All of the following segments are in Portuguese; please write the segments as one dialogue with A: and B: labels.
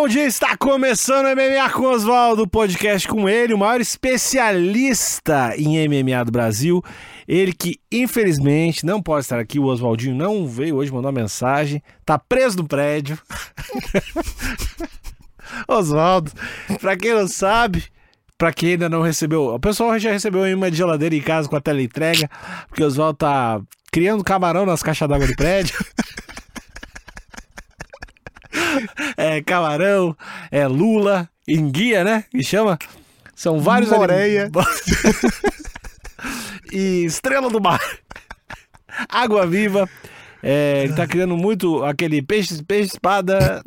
A: bom dia, está começando o MMA com o Oswaldo, podcast com ele, o maior especialista em MMA do Brasil. Ele que, infelizmente, não pode estar aqui, o Oswaldinho não veio hoje, mandou uma mensagem, tá preso no prédio. Oswaldo, pra quem não sabe, pra quem ainda não recebeu, o pessoal já recebeu uma de geladeira em casa com a teleentrega, porque o Oswaldo tá criando camarão nas caixas d'água do prédio. É camarão, é lula, enguia, né? Que chama? São vários
B: Moreia.
A: E estrela do mar. Água viva. Ele tá criando muito aquele peixe-espada.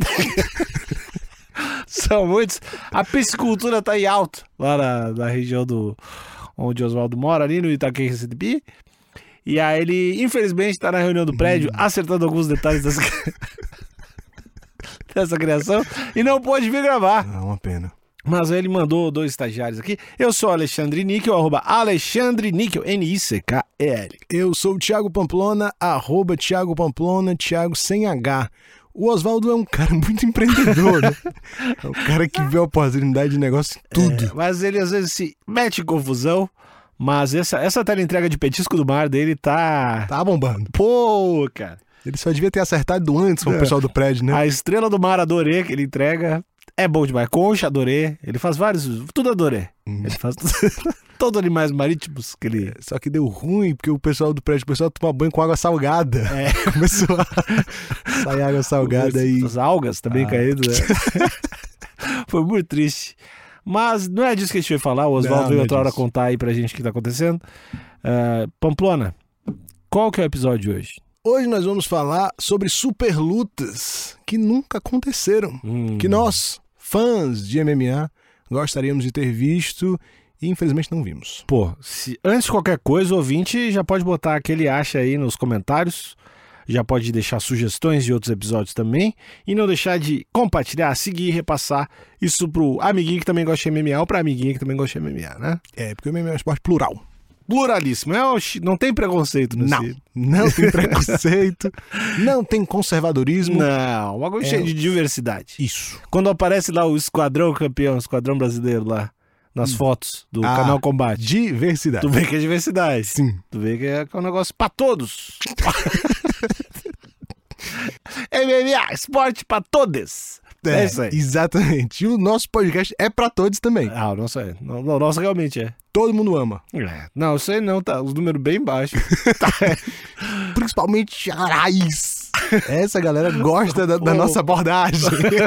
A: São muitos. A piscicultura tá em alto lá na região onde o Oswaldo mora, ali no Itaquera. E aí ele, infelizmente, tá na reunião do prédio, acertando alguns detalhes dessa criação e não pôde vir gravar.
B: É uma pena.
A: Mas ele mandou 2 estagiários aqui. Eu sou Alexandre Níquel, @Alexandre Níquel, N-I-C-K-E-L.
B: Eu sou o Thiago Pamplona, @Thiago Pamplona, Thiago sem H. O Oswaldo é um cara muito empreendedor, né? É um cara que vê a oportunidade de negócio em tudo.
A: Mas ele às vezes se mete em confusão. Mas essa teleentrega de petisco do mar dele tá
B: bombando.
A: Pô, cara.
B: Ele só devia ter acertado antes com o pessoal do prédio, né?
A: A estrela do mar adorê que ele entrega é bom demais. Concha adorê. Ele faz vários, tudo adorê. Ele faz todos animais marítimos que ele...
B: Só que deu ruim, porque o pessoal do prédio começou a tomar banho com água salgada. Começou a sair água salgada aí.
A: As algas também caíram, né? Foi muito triste. Mas não é disso que a gente vai falar. O Oswaldo veio outra hora contar aí pra gente o que tá acontecendo. Pamplona, qual que é o episódio de hoje?
B: Hoje nós vamos falar sobre super lutas que nunca aconteceram. Que nós, fãs de MMA, gostaríamos de ter visto e infelizmente não vimos.
A: Pô, antes de qualquer coisa, o ouvinte já pode botar aquele acha aí nos comentários. Já pode deixar sugestões de outros episódios também. E não deixar de compartilhar, seguir e repassar isso pro amiguinho que também gosta de MMA ou pra amiguinha que também gosta de MMA, né?
B: Porque o MMA é um esporte plural.
A: Pluralíssimo. Não tem preconceito nesse...
B: Não tem preconceito. Não tem conservadorismo.
A: Não, uma coisa cheia de diversidade.
B: Isso.
A: Quando aparece lá o esquadrão campeão, o esquadrão brasileiro lá, nas fotos do canal Combate.
B: Diversidade.
A: Tu vê que é diversidade.
B: Sim.
A: Tu vê que é um negócio pra todos. MMA, esporte pra todos. É isso aí.
B: Exatamente. E o nosso podcast é pra todos também.
A: O nosso é. O nosso realmente é.
B: Todo mundo ama.
A: Não, isso aí não, tá. Os números bem baixos.
B: Principalmente a raiz. Essa galera gosta da nossa abordagem.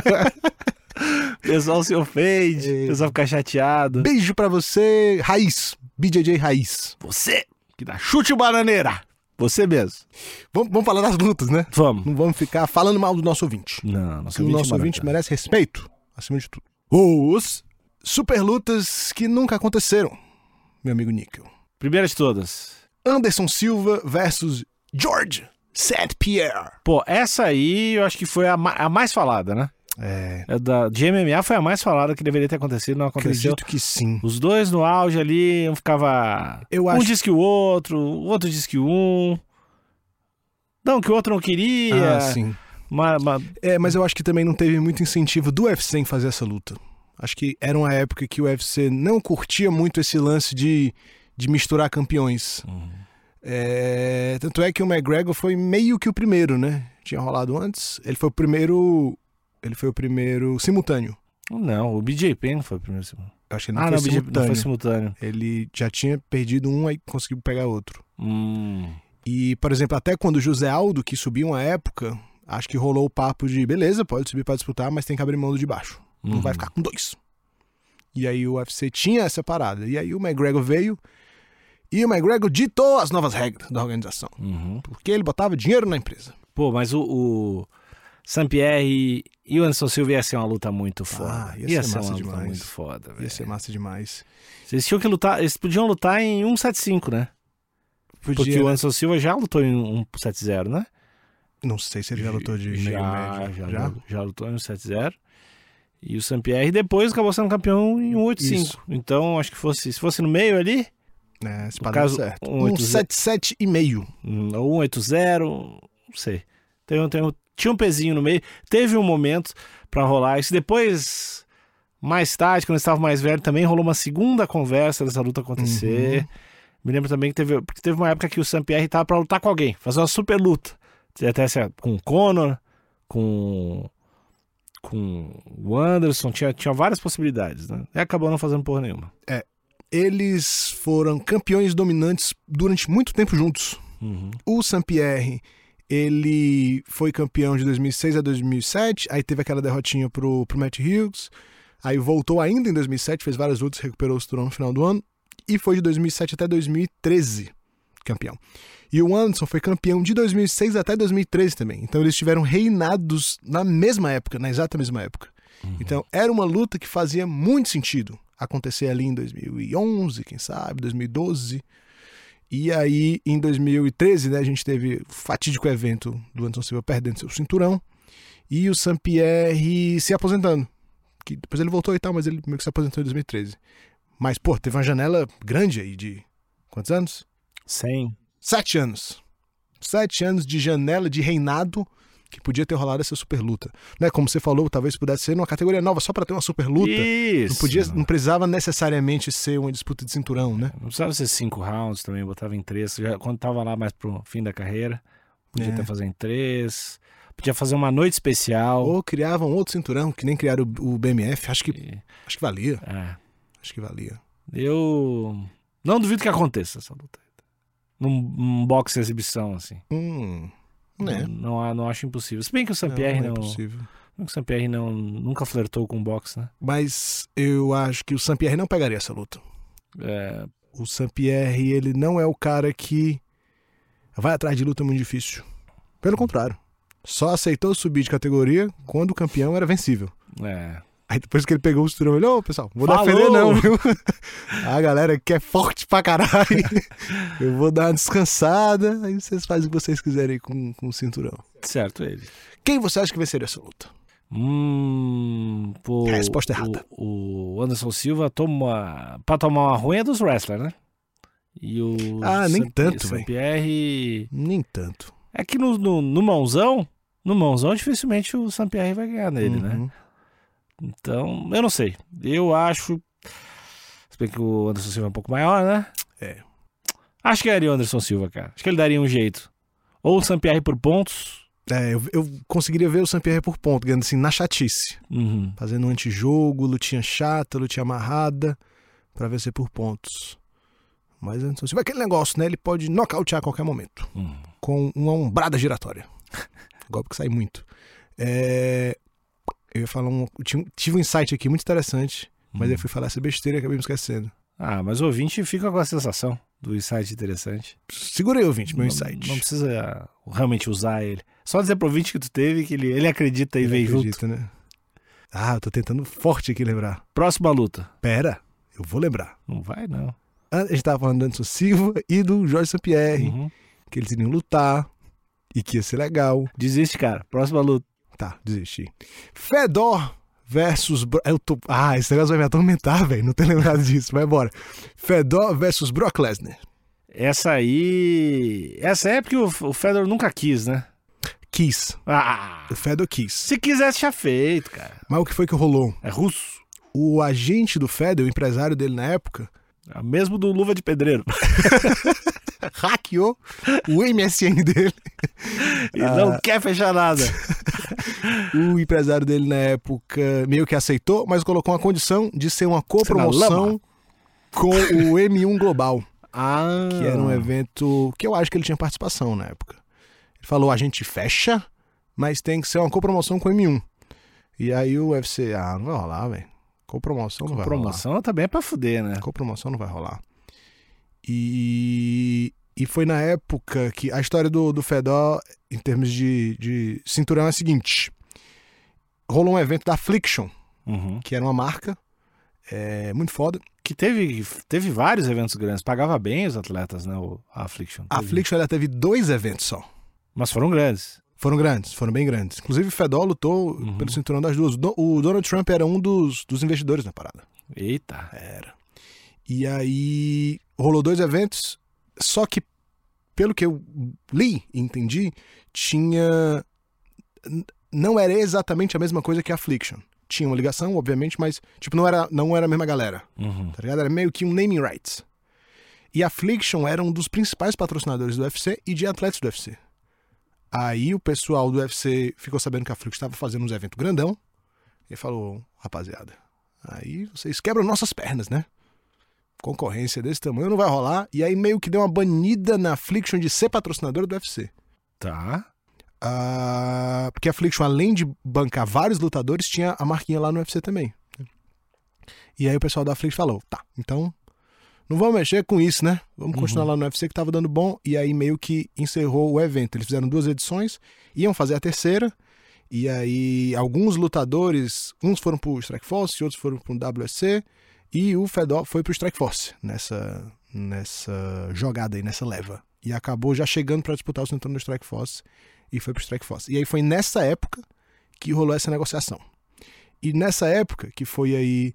A: O pessoal se ofende, o pessoal fica chateado.
B: Beijo pra você, Raiz. BJJ Raiz.
A: Você que dá chute bananeira. Você mesmo.
B: Vamos falar das lutas, né?
A: Vamos.
B: Não vamos ficar falando mal do nosso ouvinte.
A: Não,
B: o nosso ouvinte merece respeito, acima de tudo. Os super lutas que nunca aconteceram, meu amigo Níquel.
A: Primeira de todas.
B: Anderson Silva versus George St. Pierre.
A: Pô, essa aí eu acho que foi a mais falada, né? De MMA foi a mais falada que deveria ter acontecido, não aconteceu.
B: Acredito que sim.
A: Os dois no auge ali, um ficava... Um diz que o outro diz que um... Não, que o outro não queria.
B: Sim.
A: Mas
B: eu acho que também não teve muito incentivo do UFC em fazer essa luta. Acho que era uma época que o UFC não curtia muito esse lance de misturar campeões. Tanto é que o McGregor foi meio que o primeiro, né? Tinha rolado antes. Ele foi o primeiro simultâneo.
A: Não, o BJ Penn foi o primeiro simultâneo.
B: Eu acho que ele não
A: foi simultâneo.
B: Ele já tinha perdido um, aí conseguiu pegar outro. E, por exemplo, até quando o José Aldo, que subiu uma época, acho que rolou o papo de, beleza, pode subir pra disputar, mas tem que abrir mão do de baixo. Não vai ficar com 2. E aí o UFC tinha essa parada. E aí o McGregor veio e o McGregor ditou as novas regras da organização. Porque ele botava dinheiro na empresa.
A: Pô, mas o Saint-Pierre e o Anderson Silva ia ser uma luta muito foda.
B: Ia ser massa
A: uma
B: demais.
A: Luta muito foda, velho.
B: Ia ser massa demais.
A: Eles tinham que lutar, eles podiam lutar em 175, né? Porque o Anderson Silva já lutou em 170, né?
B: Não sei se ele já lutou de meio médio.
A: Já lutou em 170. E o Saint-Pierre depois acabou sendo campeão em 185. Isso. Então, acho que se fosse no meio ali...
B: se no caso, certo. 177,5.
A: Ou 180, não sei. tinha um pezinho no meio, teve um momento pra rolar isso. Depois, mais tarde, quando eu estava mais velho, também rolou uma segunda conversa dessa luta acontecer. Me lembro também que teve uma época que o Saint-Pierre tava pra lutar com alguém, fazer uma super luta. Até com o Conor, com o Anderson, tinha várias possibilidades, né? E acabou não fazendo porra nenhuma.
B: Eles foram campeões dominantes durante muito tempo juntos. O Saint-Pierre, ele foi campeão de 2006 a 2007, aí teve aquela derrotinha pro Matt Hughes, aí voltou ainda em 2007, fez várias lutas, recuperou o cinturão no final do ano, e foi de 2007 até 2013 campeão. E o Anderson foi campeão de 2006 até 2013 também. Então eles tiveram reinados na mesma época, na exata mesma época. Então era uma luta que fazia muito sentido acontecer ali em 2011, quem sabe, 2012. E aí em 2013, né, a gente teve o fatídico evento do Anderson Silva perdendo seu cinturão e o Saint-Pierre se aposentando. Que depois ele voltou e tal, mas ele meio que se aposentou em 2013. Mas, pô, teve uma janela grande aí de quantos anos? 7 anos. 7 anos de janela de reinado que podia ter rolado essa super luta. Né? Como você falou, talvez pudesse ser numa categoria nova só pra ter uma super luta.
A: Isso.
B: Não precisava necessariamente ser uma disputa de cinturão, né?
A: Não precisava ser 5 rounds também, botava em 3. Quando tava lá mais pro fim da carreira, podia até fazer em 3. Podia fazer uma noite especial.
B: Ou criavam outro cinturão, que nem criaram o BMF. Acho que valia. Acho que valia.
A: Eu não duvido que aconteça essa luta. Num boxe de exibição, assim. Não acho impossível. Se bem que o Saint-Pierre
B: não é possível.
A: O Saint-Pierre nunca flertou com boxe, né?
B: Mas eu acho que o Saint-Pierre não pegaria essa luta. O Saint-Pierre, ele não é o cara que vai atrás de luta muito difícil. Pelo contrário. Só aceitou subir de categoria quando o campeão era vencível. Aí depois que ele pegou o cinturão, ele, pessoal, vou defender não, viu? A galera que é forte pra caralho. Eu vou dar uma descansada, aí vocês fazem o que vocês quiserem com o cinturão.
A: Certo, ele.
B: Quem você acha que venceria essa luta? Resposta errada.
A: O Anderson Silva pra tomar uma ruim é dos wrestlers, né? E o
B: nem tanto, velho.
A: Saint-Pierre...
B: Nem tanto.
A: É que no mãozão dificilmente o Saint-Pierre vai ganhar nele, né? Então, eu não sei. Eu acho... Se bem que o Anderson Silva é um pouco maior, né? Acho que daria o Anderson Silva, cara. Acho que ele daria um jeito. Ou o Saint-Pierre por pontos.
B: Eu conseguiria ver o Saint-Pierre por ponto, ganhando assim, na chatice. Fazendo um antijogo, lutinha chata, lutinha amarrada, pra vencer por pontos. Mas Anderson Silva é aquele negócio, né? Ele pode nocautear a qualquer momento. Com uma ombrada giratória. Golpe que sai muito. Eu ia falar tive um insight aqui muito interessante, mas eu fui falar essa besteira e acabei me esquecendo.
A: Mas o ouvinte fica com a sensação do insight interessante.
B: Segura aí, ouvinte, meu insight.
A: Não precisa realmente usar ele. Só dizer pro ouvinte que tu teve, que ele acredita e vem junto.
B: Né? Eu tô tentando forte aqui lembrar.
A: Próxima luta.
B: Pera, eu vou lembrar.
A: Não vai, não.
B: A gente tava falando do Anderson Silva e do Jorge Saint-Pierre, que eles iriam lutar e que ia ser legal.
A: Desiste, cara. Próxima luta.
B: Tá, desisti. Fedor versus... esse negócio vai me atormentar, velho. Não tô lembrado disso. Vai embora. Fedor versus Brock Lesnar.
A: Essa é porque o Fedor nunca quis, né?
B: Quis. O Fedor quis.
A: Se quisesse, tinha feito, cara.
B: Mas o que foi que rolou?
A: É russo.
B: O agente do Fedor, o empresário dele na época...
A: mesmo do Luva de Pedreiro.
B: Hackeou o MSN dele.
A: E não quer fechar nada.
B: O empresário dele na época meio que aceitou, mas colocou uma condição de ser uma copromoção com o M1 Global. Que era um evento que eu acho que ele tinha participação na época. Ele falou, a gente fecha, mas tem que ser uma copromoção com o M1. E aí o UFC, não vai rolar, velho. Copromoção não vai rolar.
A: Copromoção também é pra fuder, né?
B: Copromoção não vai rolar. E foi na época que a história do Fedor, em termos de cinturão, é a seguinte. Rolou um evento da Affliction, que era uma marca muito foda.
A: Que teve vários eventos grandes. Pagava bem os atletas, né? A Affliction.
B: A Affliction ela teve 2 eventos só.
A: Mas foram grandes.
B: Foram bem grandes. Inclusive o Fedor lutou pelo cinturão das duas. O Donald Trump era um dos investidores na parada.
A: Eita.
B: Era. E aí rolou 2 eventos, só que pelo que eu li e entendi, tinha não era exatamente a mesma coisa que a Affliction. Tinha uma ligação, obviamente, mas tipo, não era a mesma galera. Tá ligado? Era meio que um naming rights. E a Affliction era um dos principais patrocinadores do UFC e de atletas do UFC. Aí o pessoal do UFC ficou sabendo que a Affliction estava fazendo uns eventos grandão e falou, rapaziada, aí vocês quebram nossas pernas, né? Concorrência desse tamanho não vai rolar. E aí meio que deu uma banida na Affliction de ser patrocinadora do UFC.
A: Tá.
B: Porque a Affliction, além de bancar vários lutadores, tinha a marquinha lá no UFC também. E aí o pessoal da Affliction falou, tá, então não vamos mexer com isso, né? Vamos continuar lá no UFC que tava dando bom. E aí meio que encerrou o evento. Eles fizeram 2 edições, iam fazer a terceira. E aí alguns lutadores, uns foram pro Strikeforce, outros foram pro WSC. E o Fedor foi pro Strikeforce nessa jogada aí, nessa leva. E acabou já chegando para disputar o cinturão do Strikeforce e foi pro Strikeforce. E aí foi nessa época que rolou essa negociação. E nessa época, que foi aí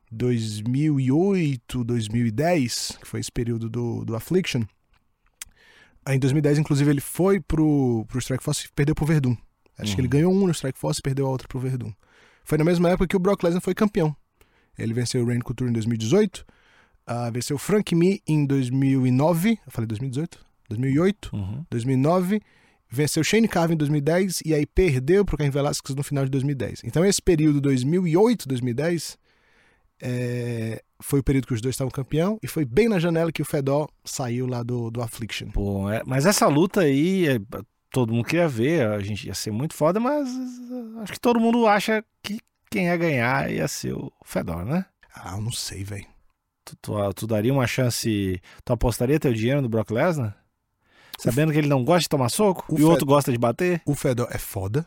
B: 2008, 2010, que foi esse período do Affliction, aí em 2010, inclusive, ele foi pro Strikeforce e perdeu pro Verdun. Acho que ele ganhou um no Strikeforce e perdeu a outra pro Verdun. Foi na mesma época que o Brock Lesnar foi campeão. Ele venceu o Randy Couture em 2018, venceu o Frank Mi em 2009, eu falei 2018? 2008, 2009, venceu o Shane Carvin em 2010 e aí perdeu pro Cain Velasquez no final de 2010. Então esse período 2008, 2010 foi o período que os dois estavam campeão e foi bem na janela que o Fedor saiu lá do Affliction.
A: Pô, mas essa luta aí, todo mundo queria ver, a gente ia ser muito foda, mas acho que todo mundo acha que quem ia ganhar ia ser o Fedor, né?
B: Eu não sei, velho.
A: Tu daria uma chance, tu apostaria teu dinheiro no Brock Lesnar? Sabendo que ele não gosta de tomar soco e o outro gosta de bater?
B: O Fedor é foda,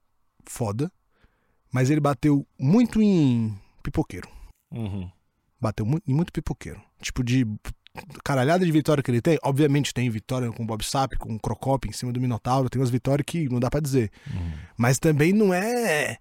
B: mas ele bateu muito em pipoqueiro. Bateu em muito pipoqueiro. Tipo, de caralhada de vitória que ele tem, obviamente tem vitória com o Bob Sapp, com o Crocop em cima do Minotauro, tem umas vitórias que não dá pra dizer. Mas também não é...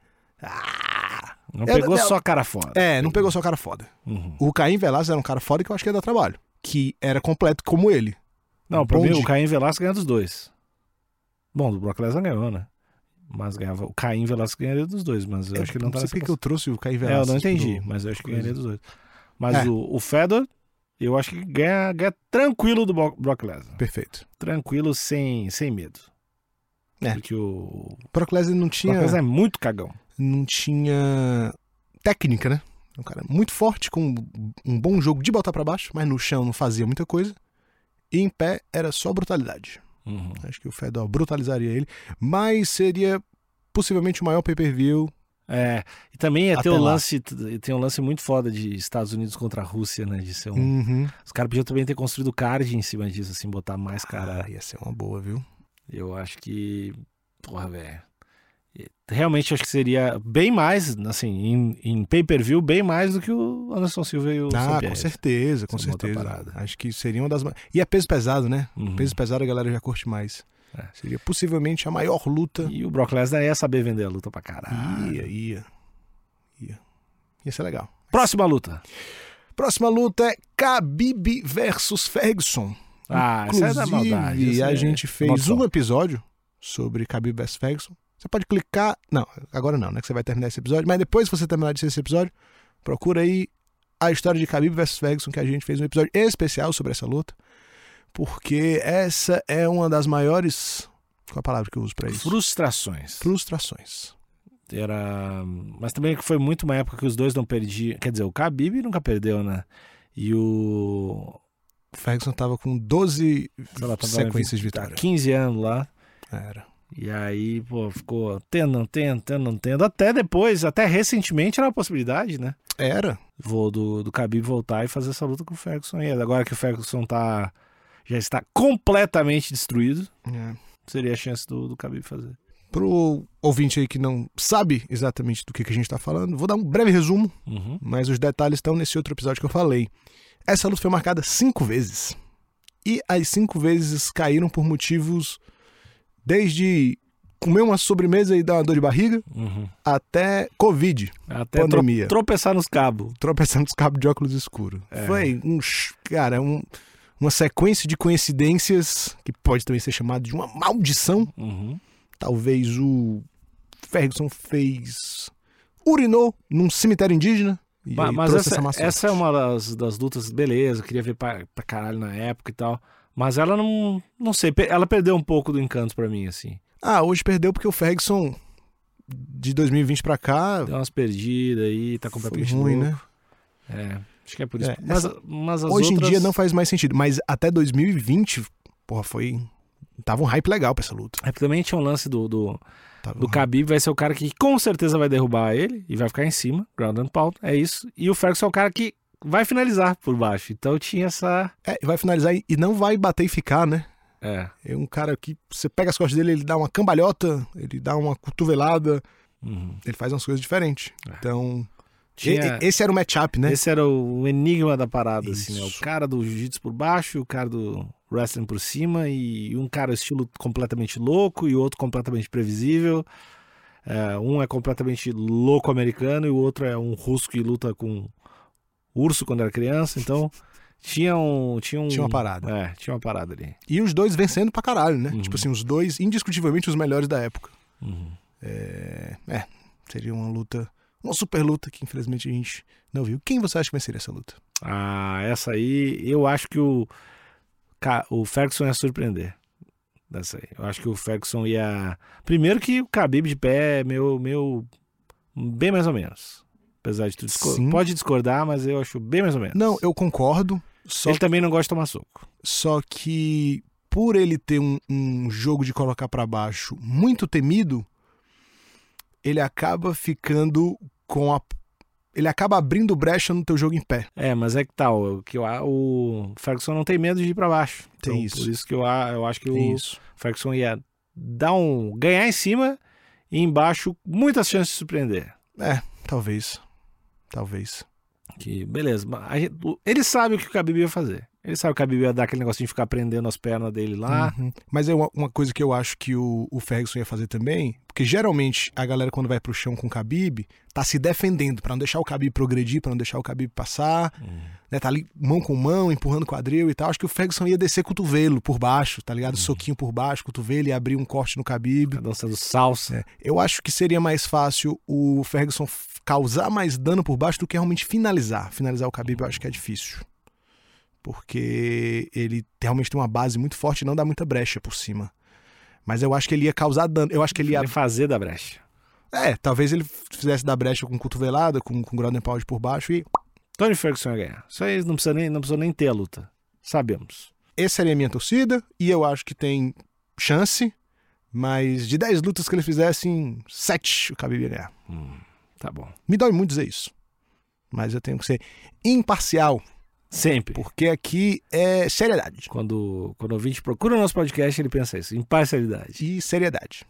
A: Não pegou só cara foda.
B: Não pegou só cara foda. O Cain Velasquez era um cara foda que eu acho que ia dar trabalho. Que era completo como ele.
A: Não, pra mim o Cain Velasquez ganha dos dois. Bom, do Brock Lesnar ganhou, né? Mas ganhava. O Cain Velasquez ganharia dos dois, mas eu acho que ele não tá
B: nessa. Não sei porque eu trouxe o Cain Velasquez.
A: Eu não entendi, mas eu acho que ganharia dos dois. Mas o Fedor, eu acho que ganha tranquilo do Brock Lesnar.
B: Perfeito.
A: Tranquilo, sem medo. Porque o
B: Brock Lesnar não tinha...
A: Brock Lesnar é muito cagão.
B: Não tinha técnica, né? Um cara muito forte, com um bom jogo de botar pra baixo, mas no chão não fazia muita coisa. E em pé era só brutalidade. Acho que o Fedor brutalizaria ele, mas seria possivelmente o maior pay-per-view.
A: E também ia ter tem um lance muito foda de Estados Unidos contra a Rússia, né? De ser Os caras podiam também ter construído card em cima disso, assim, botar mais cara.
B: Ia ser uma boa, viu?
A: Eu acho que... Porra, velho. Realmente acho que seria bem mais, assim, em pay-per-view, bem mais do que o Anderson Silva e o Sampierre.
B: Com certeza, com certeza. Acho que seria uma das... E é peso pesado, né? Peso pesado a galera já curte mais. Seria possivelmente a maior luta.
A: E o Brock Lesnar ia saber vender a luta pra caralho.
B: Ia ser legal.
A: Próxima luta.
B: Próxima luta é Khabib versus Ferguson.
A: Essa é da maldade.
B: E a gente fez um episódio sobre Khabib versus Ferguson. Você pode clicar... Não, agora não, né? Que você vai terminar esse episódio. Mas depois que você terminar de assistir esse episódio, procura aí a história de Khabib versus Ferguson, que a gente fez um episódio especial sobre essa luta. Porque essa é uma das maiores... Qual é a palavra que eu uso pra isso? Frustrações.
A: Mas também foi muito uma época que os dois não perdiam. Quer dizer, o Khabib nunca perdeu, né? E o
B: Ferguson tava com 12 sequências de vitória.
A: 15 anos lá.
B: Era.
A: E aí, pô, ficou tendo, até depois, até recentemente era uma possibilidade, né?
B: Era.
A: Do Khabib voltar e fazer essa luta com o Ferguson. E agora que o Ferguson já está completamente destruído, seria a chance do Khabib fazer.
B: Pro ouvinte aí que não sabe exatamente do que a gente tá falando, vou dar um breve resumo, mas os detalhes estão nesse outro episódio que eu falei. Essa luta foi marcada 5 vezes. E as 5 vezes caíram por motivos... Desde comer uma sobremesa e dar uma dor de barriga, até Covid,
A: até
B: pandemia.
A: Tropeçar nos cabos.
B: Tropeçar nos cabos de óculos escuros. Foi uma sequência de coincidências que pode também ser chamado de uma maldição. Talvez o Ferguson urinou num cemitério indígena.
A: Mas essa é uma das lutas, beleza, eu queria ver pra caralho na época e tal. Mas ela não sei, ela perdeu um pouco do encanto pra mim, assim.
B: Hoje perdeu porque o Ferguson, de 2020 pra cá...
A: Deu umas perdidas aí, tá completamente
B: ruim,
A: louco.
B: Né?
A: Acho que é por isso. Mas as
B: hoje
A: outras...
B: em dia não faz mais sentido, mas até 2020, tava um hype legal pra essa luta.
A: Também tinha um lance do Khabib, vai ser o cara que com certeza vai derrubar ele e vai ficar em cima, ground and pound, é isso. E o Ferguson é o cara que vai finalizar por baixo, então tinha essa...
B: vai finalizar e não vai bater e ficar, né?
A: É
B: um cara que você pega as costas dele, ele dá uma cambalhota, ele dá uma cotovelada, ele faz umas coisas diferentes. Então... Esse era o matchup, né?
A: Esse era o enigma da parada, assim, né? O cara do jiu-jitsu por baixo, o cara do wrestling por cima, e um cara estilo completamente louco e o outro completamente previsível. Um é completamente louco americano e o outro é um russo que luta com urso quando era criança, então tinha uma parada. Tinha uma parada ali.
B: E os dois vencendo pra caralho, né? Tipo assim, os dois indiscutivelmente os melhores da época. Seria uma luta... Uma super luta que infelizmente a gente não viu. Quem você acha que venceria essa luta?
A: Essa aí, eu acho que o Ferguson ia surpreender. Dessa aí. Eu acho que o Ferguson ia... Primeiro que o Khabib de pé é meu bem mais ou menos. Apesar de tudo. Pode discordar, mas eu acho bem mais ou menos.
B: Não, eu concordo.
A: Ele também não gosta de tomar soco.
B: Só que por ele ter um jogo de colocar pra baixo muito temido, ele acaba ficando ele acaba abrindo brecha no teu jogo em pé.
A: Mas é que tal, o Ferguson não tem medo de ir pra baixo.
B: Tem
A: então,
B: isso.
A: Por isso que eu acho que o Ferguson ia ganhar em cima e embaixo muitas chances de surpreender.
B: Talvez.
A: Que beleza. Ele sabe o que o Khabib ia fazer. Ele sabe que o Khabib ia dar aquele negocinho de ficar prendendo as pernas dele lá.
B: Mas é uma coisa que eu acho que o Ferguson ia fazer também, porque geralmente a galera quando vai pro chão com o Khabib tá se defendendo pra não deixar o Khabib progredir, pra não deixar o Khabib passar, né? Tá ali mão com mão, empurrando o quadril e tal. Acho que o Ferguson ia descer cotovelo por baixo, tá ligado? Soquinho por baixo, cotovelo, e abrir um corte no Khabib.
A: Dançando salsa.
B: Eu acho que seria mais fácil o Ferguson causar mais dano por baixo do que realmente finalizar. Finalizar o Khabib eu acho que é difícil. Porque ele realmente tem uma base muito forte e não dá muita brecha por cima. Mas eu acho que ele ia causar dano. Eu acho que ele ia
A: fazer da brecha.
B: Talvez ele fizesse da brecha com cotovelada, com ground and pound por baixo e...
A: Tony Ferguson ia ganhar. Isso aí não precisa nem ter a luta. Sabemos.
B: Essa seria a minha torcida e eu acho que tem chance, mas de 10 lutas que ele fizesse, em 7 o Khabib ia ganhar.
A: Tá bom.
B: Me dói muito dizer isso. Mas eu tenho que ser imparcial.
A: Sempre.
B: Porque aqui é seriedade.
A: Quando o ouvinte procura o nosso podcast, ele pensa isso. Imparcialidade.
B: E seriedade.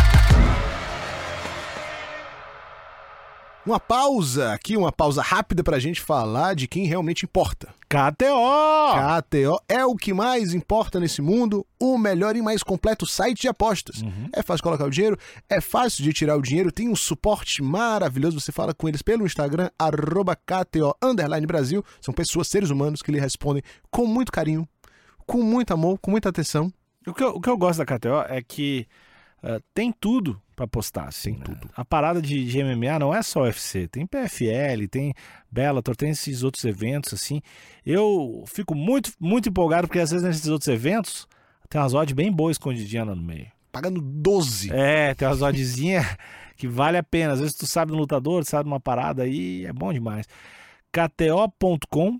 B: Uma pausa rápida pra gente falar de quem realmente importa.
A: KTO!
B: KTO é o que mais importa nesse mundo, o melhor e mais completo site de apostas. É fácil colocar o dinheiro, é fácil de tirar o dinheiro, tem um suporte maravilhoso, você fala com eles pelo Instagram, @KTO_Brasil. São pessoas, seres humanos, que lhe respondem com muito carinho, com muito amor, com muita atenção.
A: O que eu gosto da KTO é que tem tudo pra apostar, assim, né?
B: Tudo.
A: A parada de MMA não é só UFC, tem PFL, tem Bellator, tem esses outros eventos, assim. Eu fico muito, muito empolgado, porque às vezes nesses outros eventos tem umas odds bem boas escondidinhas lá no meio.
B: Pagando 12.
A: Tem umas oddzinhas que vale a pena. Às vezes tu sabe do lutador, tu sabe de uma parada aí, é bom demais. KTO.com.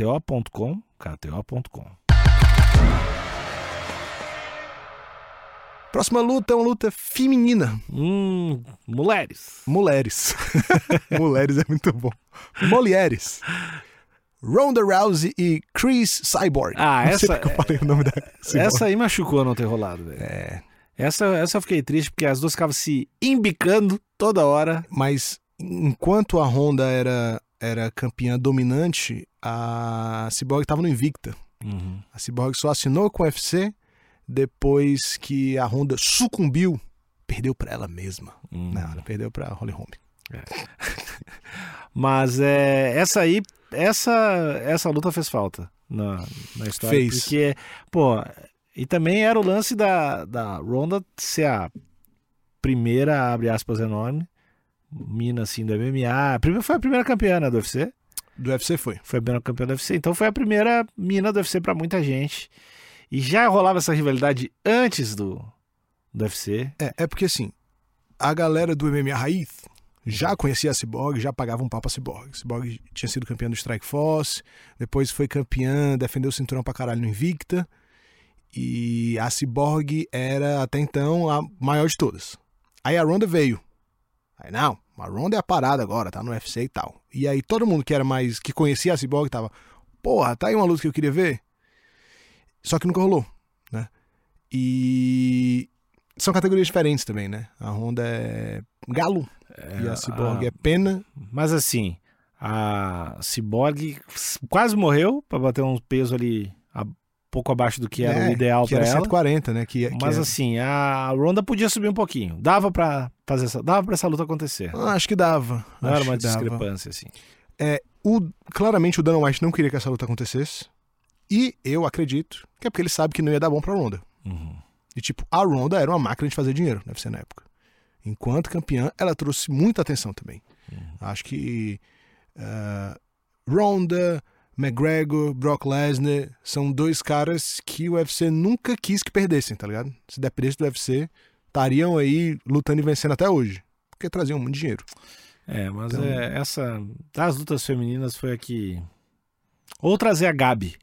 B: Próxima luta é uma luta feminina.
A: Mulheres.
B: Mulheres é muito bom. Mulheres. Ronda Rousey e Chris Cyborg.
A: Essa
B: que eu falei o nome da
A: essa aí machucou não ter rolado, velho. Essa eu fiquei triste porque as duas ficavam se embicando toda hora.
B: Mas enquanto a Ronda era campeã dominante, a Cyborg estava no invicta. A Cyborg só assinou com o UFC depois que a Ronda sucumbiu, perdeu pra ela mesma. Não, ela perdeu pra Holly Holm.
A: Mas essa luta fez falta na história.
B: Fez.
A: Porque, e também era o lance da Ronda ser a primeira, abre aspas, enorme, mina assim do MMA. Foi a primeira campeã, né, do UFC?
B: Do UFC foi.
A: Foi a primeira campeã do UFC, então foi a primeira mina do UFC pra muita gente. E já rolava essa rivalidade antes do UFC.
B: É porque assim, a galera do MMA raiz já conhecia a Cyborg, já pagava um pau pra Cyborg. Cyborg tinha sido campeã do Strikeforce, depois foi campeã, defendeu o cinturão pra caralho no Invicta. E a Cyborg era, até então, a maior de todas. Aí a Ronda veio. Aí não, a Ronda é a parada agora, tá no UFC e tal. E aí todo mundo que conhecia a Cyborg tava, porra, tá aí uma luta que eu queria ver. Só que nunca rolou, né? E são categorias diferentes também, né? A Ronda é galo e a Cyborg é pena.
A: Mas assim, a Cyborg quase morreu pra bater um peso ali pouco abaixo do que era o ideal
B: pra
A: ela.
B: Que era 140, né?
A: Mas assim, a Ronda podia subir um pouquinho. Dava pra essa luta acontecer.
B: Acho que dava.
A: Não era uma discrepância, assim.
B: Claramente o Dana White não queria que essa luta acontecesse. E eu acredito que é porque ele sabe que não ia dar bom pra Ronda.
A: Uhum.
B: E tipo, a Ronda era uma máquina de fazer dinheiro, deve ser na época. Enquanto campeã, ela trouxe muita atenção também. Acho que Ronda, McGregor, Brock Lesnar são dois caras que o UFC nunca quis que perdessem, tá ligado? Se dependesse do UFC, estariam aí lutando e vencendo até hoje. Porque traziam muito dinheiro.
A: Mas então, essa das lutas femininas foi a que... Ou trazer a Gabi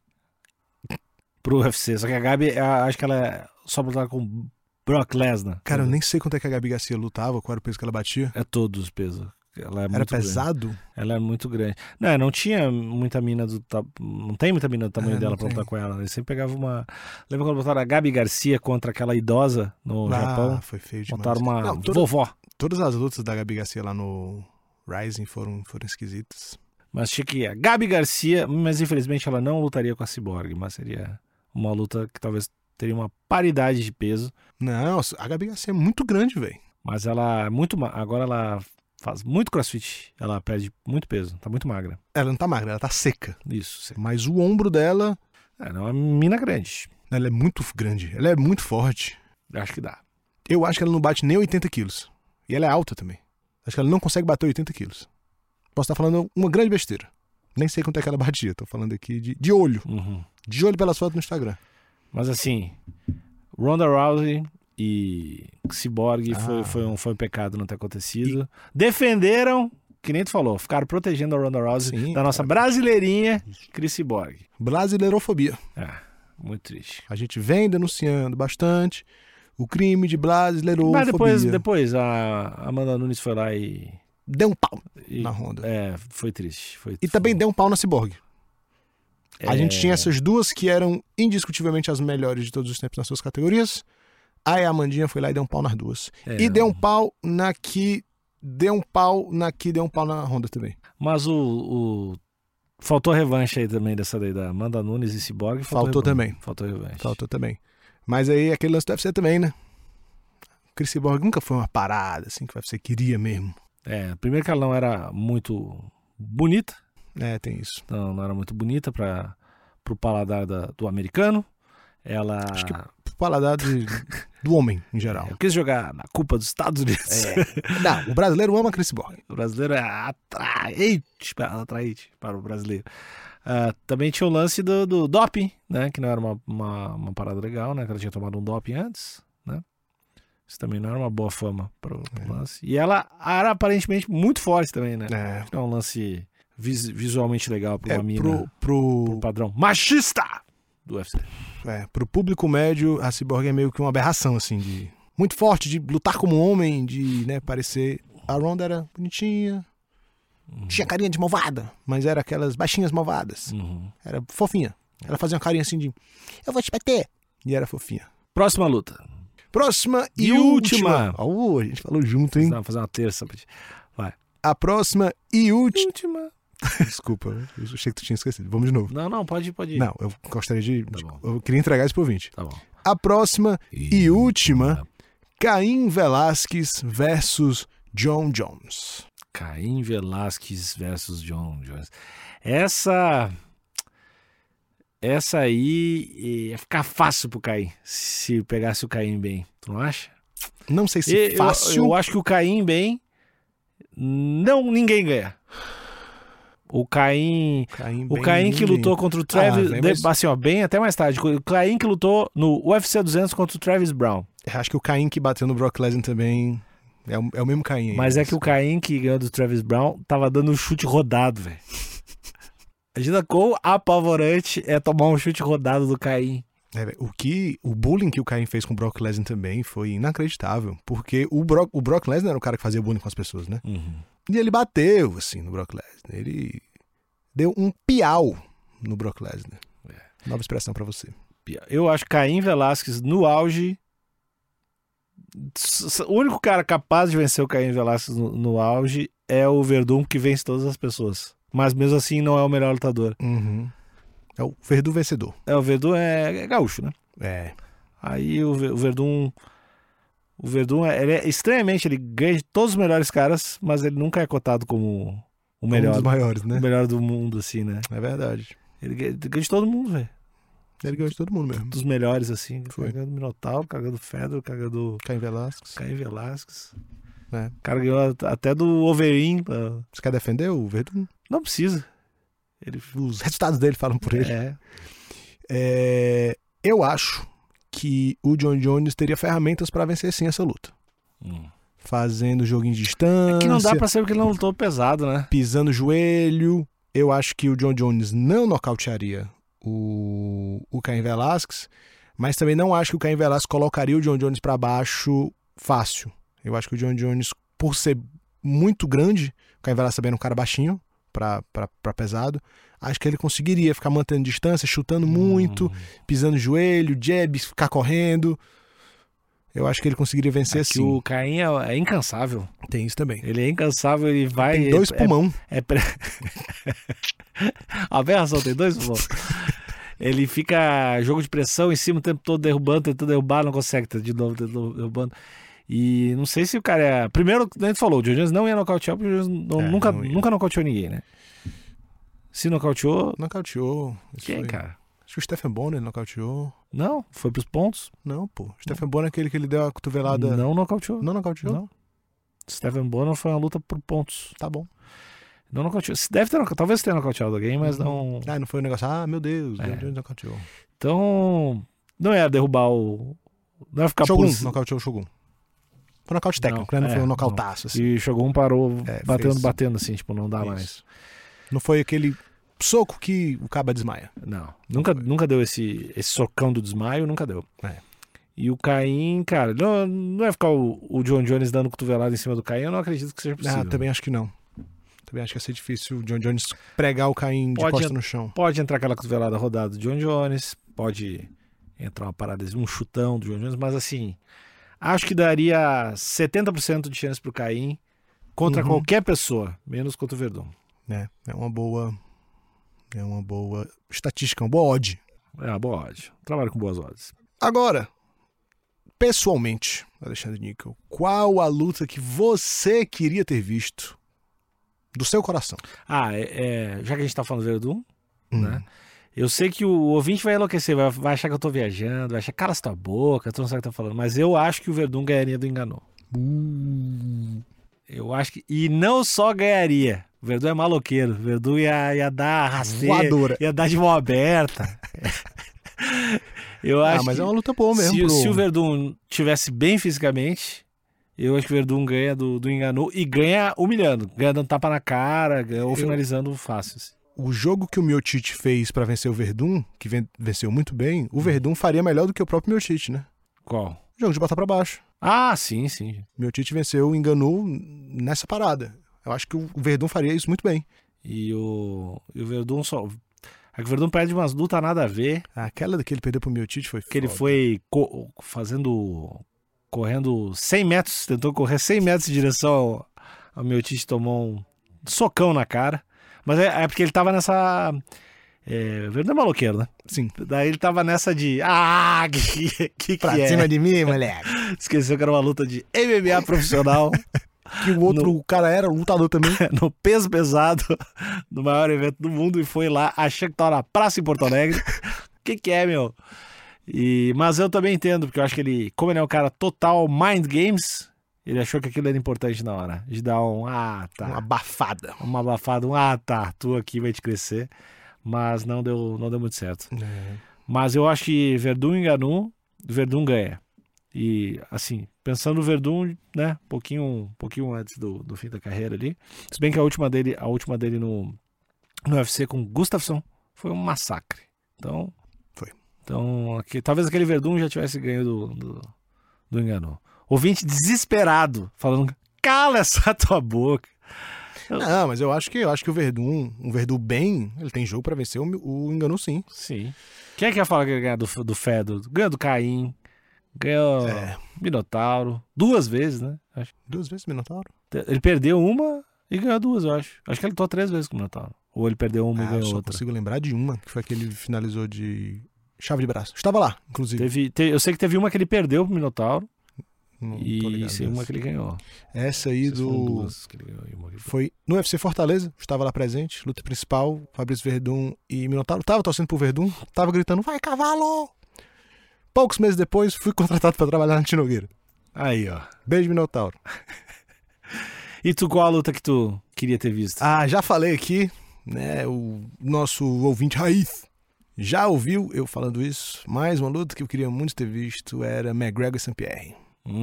A: pro UFC. Só que a Gabi, acho que ela só lutava com Brock Lesnar.
B: Cara, eu nem sei quanto é que a Gabi Garcia lutava, qual era o peso que ela batia.
A: É todos os pesos. Ela
B: era pesado?
A: Grande. Ela é muito grande. Não tinha muita mina não tem muita mina do tamanho dela pra lutar com ela. Ele sempre pegava uma... Lembra quando botaram a Gabi Garcia contra aquela idosa no Japão?
B: Foi feio demais.
A: Botaram uma vovó.
B: Todas as lutas da Gabi Garcia lá no Rising foram esquisitas.
A: Mas tinha que a Gabi Garcia, mas infelizmente ela não lutaria com a Cyborg, mas seria uma luta que talvez teria uma paridade de peso.
B: Não, a Gabi Garcia é muito grande, velho.
A: Mas ela é muito... Agora ela faz muito crossfit. Ela perde muito peso. Tá muito magra.
B: Ela não tá magra, ela tá seca.
A: Isso, seca.
B: Mas o ombro dela...
A: Ela é uma mina grande.
B: Ela é muito grande. Ela é muito forte.
A: Acho que dá.
B: Eu acho que ela não bate nem 80 quilos. E ela é alta também. Acho que ela não consegue bater 80 quilos. Posso estar falando uma grande besteira. Nem sei quanto é que ela batia. Tô falando aqui de olho.
A: Uhum.
B: De olho pelas fotos no Instagram.
A: Mas assim, Ronda Rousey e Cyborg foi um pecado não ter acontecido. Defenderam, que nem tu falou, ficaram protegendo a Ronda Rousey da nossa brasileirinha Cris Cyborg.
B: Brasileirofobia.
A: Muito triste.
B: A gente vem denunciando bastante o crime de brasileirofobia.
A: Mas depois a Amanda Nunes foi lá e...
B: Deu um pau na Ronda.
A: Foi triste.
B: E também deu um pau na Cyborg. A gente tinha essas duas que eram indiscutivelmente as melhores de todos os tempos nas suas categorias. Aí a Amandinha foi lá e deu um pau nas duas. E deu um pau na que deu um pau na Ronda também.
A: Mas faltou revanche aí também dessa daí da Amanda Nunes e Cyborg.
B: Faltou também.
A: Faltou revanche.
B: Faltou também. Mas aí aquele lance do UFC também, né? Cris Cyborg nunca foi uma parada assim que o UFC queria mesmo.
A: Primeiro que ela não era muito bonita.
B: Tem isso.
A: Não era muito bonita pro paladar do americano. Ela...
B: Acho que pro paladar do homem, em geral.
A: Eu quis jogar na culpa dos Estados Unidos.
B: Não, o brasileiro ama a Cris Cyborg.
A: O brasileiro é atraente para o brasileiro. Também tinha o lance do doping, né? Que não era uma parada legal, né? Que ela tinha tomado um doping antes, né? Isso também não era uma boa fama pro lance. E ela era aparentemente muito forte também, né? É um lance visualmente legal pra uma mina. Pro padrão machista do UFC.
B: Pro público médio, a Cyborg é meio que uma aberração, assim, de muito forte, de lutar como homem, de, né, parecer... A Ronda era bonitinha, tinha carinha de malvada, mas era aquelas baixinhas malvadas. Era fofinha. Ela fazia uma carinha assim de, eu vou te bater. E era fofinha.
A: Próxima luta.
B: Próxima e última. A gente falou junto, hein?
A: Vamos fazer uma terça. Vai.
B: A próxima e última. Desculpa, eu achei que tu tinha esquecido. Vamos de novo.
A: Não, pode ir.
B: Não, eu gostaria de... eu queria entregar isso pro ouvinte.
A: Tá bom.
B: A próxima e última, Caim Velasquez versus Jon Jones.
A: Caim Velasquez versus Jon Jones. Essa aí ia ficar fácil pro Caim, se pegasse o Caim bem. Tu não acha?
B: Não sei se fácil.
A: Eu acho que o Caim bem... ninguém ganha. O Caim que lutou contra o Travis... Assim, ó, bem até mais tarde. O Caim que lutou no UFC 200 contra o Travis Brown.
B: Eu acho que o Caim que bateu no Brock Lesnar também é o mesmo Caim.
A: Mas é que o Caim que ganhou do Travis Brown tava dando um chute rodado, velho. Imagina quão apavorante é tomar um chute rodado do Caim.
B: O bullying que o Caim fez com o Brock Lesnar também foi inacreditável. Porque o Brock Lesnar era o cara que fazia bullying com as pessoas, né?
A: Uhum.
B: E ele bateu, assim, no Brock Lesnar. Ele deu um piau no Brock Lesnar. Nova expressão pra você.
A: Eu acho que Caim Velasquez, no auge... O único cara capaz de vencer o Caim Velasquez no auge é o Verdun, que vence todas as pessoas. Mas mesmo assim não é o melhor lutador.
B: Uhum. É o Verdun vencedor.
A: O Verdun é gaúcho, né?
B: É.
A: Aí o Verdun... O Verdun, estranhamente, ele ganha de todos os melhores caras, mas ele nunca é cotado como o melhor.
B: Um dos maiores, né?
A: O melhor do mundo, assim, né?
B: É verdade.
A: Ele ganha de todo mundo, velho.
B: Ele ganhou de todo mundo mesmo.
A: Dos melhores, assim.
B: Foi.
A: Cagando Minotauro, cagando Fedor, cagando...
B: Caim Velasquez.
A: Caim Velasquez.
B: É.
A: O cara ganhou até do Overeem.
B: Você quer defender o Verdun?
A: Não precisa.
B: Os resultados dele falam por ele. Eu acho que o John Jones teria ferramentas pra vencer sim essa luta. Fazendo joguinho de distância.
A: É que não dá pra ser porque ele não lutou pesado, né?
B: Pisando o joelho. Eu acho que o John Jones não nocautearia o Caim Velasquez, mas também não acho que o Caim Velasquez colocaria o John Jones pra baixo fácil. Eu acho que o John Jones, por ser muito grande, o Caim Velasquez também era um cara baixinho pra pesado, acho que ele conseguiria ficar mantendo distância, chutando muito, pisando o joelho, jab, ficar correndo. Eu acho que ele conseguiria vencer assim.
A: O Caim é incansável.
B: Tem isso também.
A: Ele é incansável, ele vai...
B: Tem 2 pulmão.
A: A aberração tem 2 pulmão. Ele fica jogo de pressão em cima o tempo todo, derrubando, tentando derrubar, não consegue, de novo, derrubando. E não sei se o cara é... Primeiro, a gente falou, o John Jones não ia nocautear, porque o John Jones nunca nocauteou ninguém, né? Se nocauteou...
B: Nocauteou.
A: Quem, cara?
B: Acho que o Stephen Bonner nocauteou.
A: Não, foi pros pontos.
B: Não, pô. O Stephen Bonner é aquele que ele deu a cotovelada...
A: Não nocauteou.
B: Não nocauteou?
A: Não. Stephen Bonner foi uma luta por pontos.
B: Tá bom.
A: Não nocauteou. Talvez tenha nocauteado alguém, mas não...
B: Não foi um negócio... meu Deus, o John Jones nocauteou.
A: Então, não ia derrubar o... Não ia ficar...
B: Shogun, nocauteou o Shogun. Foi um nocaute técnico, né? Não foi um nocautaço, assim.
A: E o Shogun parou batendo assim, tipo, não dá mais.
B: Não foi aquele soco que o caba desmaia.
A: Não. Nunca deu esse socão do desmaio, nunca deu. E o Caim, cara, não ia ficar o John Jones dando cotovelada em cima do Caim, eu não acredito que seja possível.
B: Também acho que não. Também acho que ia ser difícil o John Jones pregar o Caim de costa no chão.
A: Pode entrar aquela cotovelada rodada do John Jones, pode entrar uma parada, um chutão do John Jones, mas assim, acho que daria 70% de chance pro Caim contra qualquer pessoa, menos contra o Verdun.
B: É uma boa estatística, uma boa odd.
A: É uma boa odd. Trabalho com boas odds.
B: Agora, pessoalmente, Alexandre Níquel, qual a luta que você queria ter visto do seu coração?
A: Já que a gente tá falando do Verdun, né? Eu sei que o ouvinte vai enlouquecer, vai achar que eu tô viajando, vai achar, cala essa tua boca, tu não sabe o que tá falando, mas eu acho que o Verdun ganharia do Ngannou. Eu acho que... E não só ganharia. O Verdun é maloqueiro. O Verdun ia dar rasteira, ia dar de mão aberta. Eu acho
B: mas é uma luta boa mesmo.
A: Se o Verdun tivesse bem fisicamente, eu acho que o Verdun ganha do Ngannou e ganha humilhando, ganha dando tapa na cara, ou finalizando fácil. Assim.
B: O jogo que o Miocic fez pra vencer o Verdun, que venceu muito bem, o Verdun faria melhor do que o próprio Miocic, né?
A: Qual?
B: O jogo de botar pra baixo.
A: Sim.
B: O Miocic venceu o Ngannou nessa parada. Eu acho que o Verdun faria isso muito bem.
A: E o Verdun só... O Verdun perde umas lutas nada a ver.
B: Aquela que ele perdeu pro Miocic foi foda.
A: Que ele foi correndo 100 metros, tentou correr 100 metros em direção ao Miocic, tomou um socão na cara. Mas é porque ele tava nessa... O Verdun é maloqueiro, né?
B: Sim.
A: Daí ele tava nessa de... que
B: pra cima de mim, moleque.
A: Esqueceu que era uma luta de MMA profissional.
B: Que o outro cara era lutador também.
A: No peso pesado, no maior evento do mundo, e foi lá, achando que tava na praça em Porto Alegre. Que é, meu? Mas eu também entendo, porque eu acho que ele, como ele é um cara total mind games, ele achou que aquilo era importante na hora. De dar
B: uma abafada.
A: Uma abafada, tá, tu aqui vai te crescer. Mas não deu muito certo. Mas eu acho que Verdun enganou, Verdun ganha. E, assim, pensando no Verdun, né, um pouquinho antes do fim da carreira ali. Se bem que a última dele no UFC com Gustafsson foi um massacre. Então, talvez aquele Verdun já tivesse ganho do Ngannou. Ouvinte desesperado, falando, cala essa tua boca.
B: Não, mas eu acho que o Verdun, bem, ele tem jogo pra vencer o Ngannou, sim.
A: Sim. Quem é que ia falar que ele ganha do Fedor? Ganha do Caim, ganhou Minotauro, 2 vezes, né? Acho.
B: 2 vezes Minotauro?
A: Ele perdeu uma e ganhou 2, eu acho. Acho que ele lutou 3 vezes com o Minotauro. Ou ele perdeu uma e ganhou outra. Eu só
B: consigo lembrar de uma, que foi a que ele finalizou de chave de braço. Estava lá, inclusive.
A: Eu sei que teve uma que ele perdeu pro Minotauro. E sim, uma que ele ganhou.
B: Essa aí
A: duas que ele ganhou.
B: Foi no UFC Fortaleza, estava lá presente, luta principal, Fabrício Verdun e Minotauro. Tava torcendo pro Verdun, tava gritando, vai cavalo! Poucos meses depois, fui contratado para trabalhar na Tinogueira.
A: Aí, ó.
B: Beijo, Minotauro.
A: E tu, qual a luta que tu queria ter visto?
B: Já falei aqui, né, o nosso ouvinte raiz já ouviu eu falando isso, mas uma luta que eu queria muito ter visto era McGregor e St-Pierre.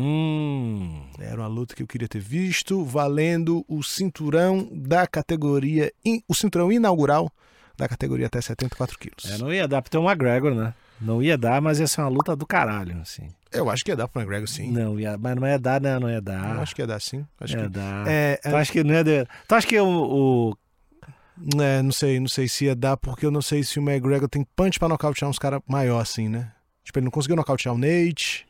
B: Era uma luta que eu queria ter visto, valendo o cinturão da categoria, o cinturão inaugural da categoria até 74 quilos.
A: Não ia dar pra ter um McGregor, né? Não ia dar, mas ia ser uma luta do caralho, assim.
B: Eu acho que ia dar pro McGregor, sim.
A: Mas não ia dar, não ia dar.
B: Eu acho que ia dar, sim.
A: Ia dar. Tu acha que não ia dar? Tu acha que
B: não sei se ia dar, porque eu não sei se o McGregor tem punch pra nocautear uns caras maior assim, né? Tipo, ele não conseguiu nocautear o Nate.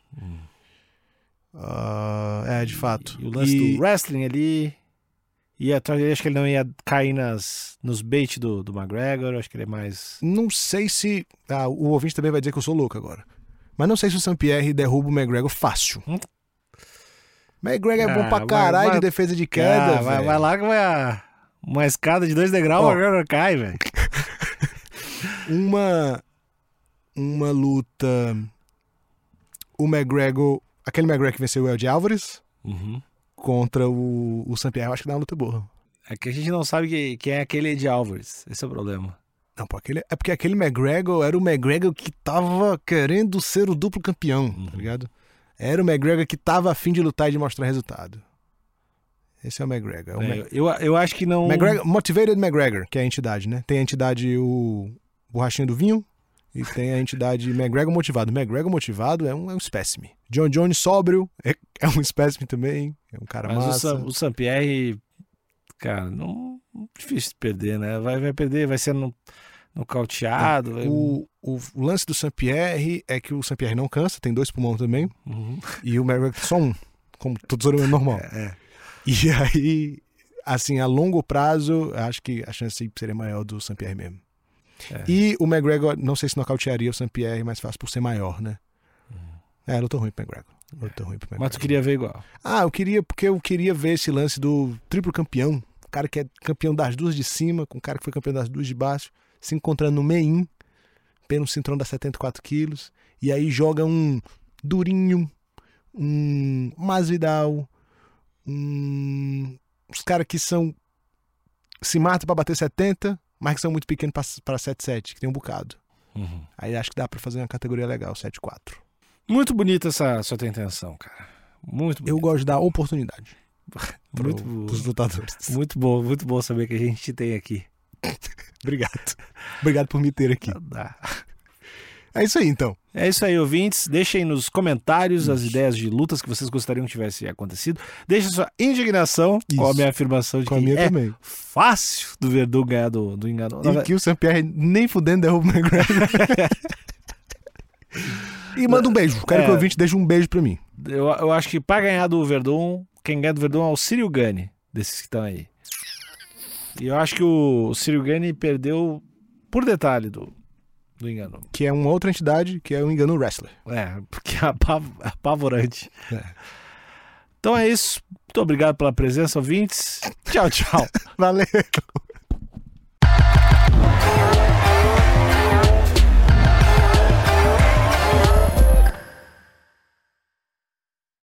B: De fato.
A: E o lance do wrestling ali. Acho que ele não ia cair nos bait do McGregor. Acho que ele é mais.
B: Não sei se. O ouvinte também vai dizer que eu sou louco agora. Mas não sei se o St-Pierre derruba o McGregor fácil. McGregor é bom pra caralho de defesa de queda, velho.
A: Vai lá que vai uma escada de 2 degraus, o McGregor cai, velho.
B: Uma luta. O McGregor. Aquele McGregor que venceu o Eddie Álvares contra o St-Pierre, eu acho que dá uma luta boa.
A: É que a gente não sabe quem é aquele Eddie Álvares. Esse é o problema.
B: Não, é porque aquele McGregor era o McGregor que tava querendo ser o duplo campeão, tá ligado? Era o McGregor que tava a fim de lutar e de mostrar resultado. Esse é o McGregor.
A: Eu acho que não...
B: Motivated McGregor, que é a entidade, né? Tem a entidade o Borrachinha do Vinho e tem a entidade McGregor Motivado. McGregor Motivado é um espécime. John Jones sóbrio é um espécime também. É um cara massa.
A: Mas o St-Pierre, cara, não difícil de perder, né? Vai perder, vai ser nocauteado.
B: O lance do St-Pierre é que o St-Pierre não cansa, tem 2 pulmões também. E o McGregor só um, como todo ser humano normal. E aí, assim, a longo prazo, acho que a chance seria maior do St-Pierre mesmo. E o McGregor, não sei se nocautearia o St-Pierre, mais fácil por ser maior, né? Lutou ruim pro McGregor.
A: Mas tu queria ver igual?
B: Porque eu queria ver esse lance do triplo campeão. O cara que é campeão das 2 de cima, com o cara que foi campeão das 2 de baixo, se encontrando no meio, pelo cinturão das 74 quilos, e aí joga um Durinho, um Masvidal, os caras que se matam pra bater 70, mas que são muito pequenos pra 7-7, que tem um bocado. Aí acho que dá pra fazer uma categoria legal, 7-4.
A: Muito bonita essa sua intenção, cara. Muito bonita.
B: Eu gosto de dar oportunidade
A: pros
B: lutadores.
A: Muito bom saber que a gente te tem aqui.
B: Obrigado por me ter aqui. É isso aí, então.
A: É isso aí, ouvintes. Deixem nos comentários as ideias de lutas que vocês gostariam que tivesse acontecido. Deixem sua indignação com a minha afirmação de que
B: também.
A: Fácil do Verdun ganhar do Ngannou.
B: E que o St-Pierre nem fudendo derruba o McGregor. E manda um beijo. Quero que o ouvinte deixe um beijo pra mim.
A: Eu acho que pra ganhar do Verdun, quem ganha do Verdun é o Ciryl Gane, desses que estão aí. E eu acho que o Ciryl Gane perdeu por detalhe do Ngannou.
B: Que é uma outra entidade, que é o Ngannou Wrestler.
A: Porque é apavorante. Então é isso. Muito obrigado pela presença, ouvintes. Tchau, tchau.
B: Valeu.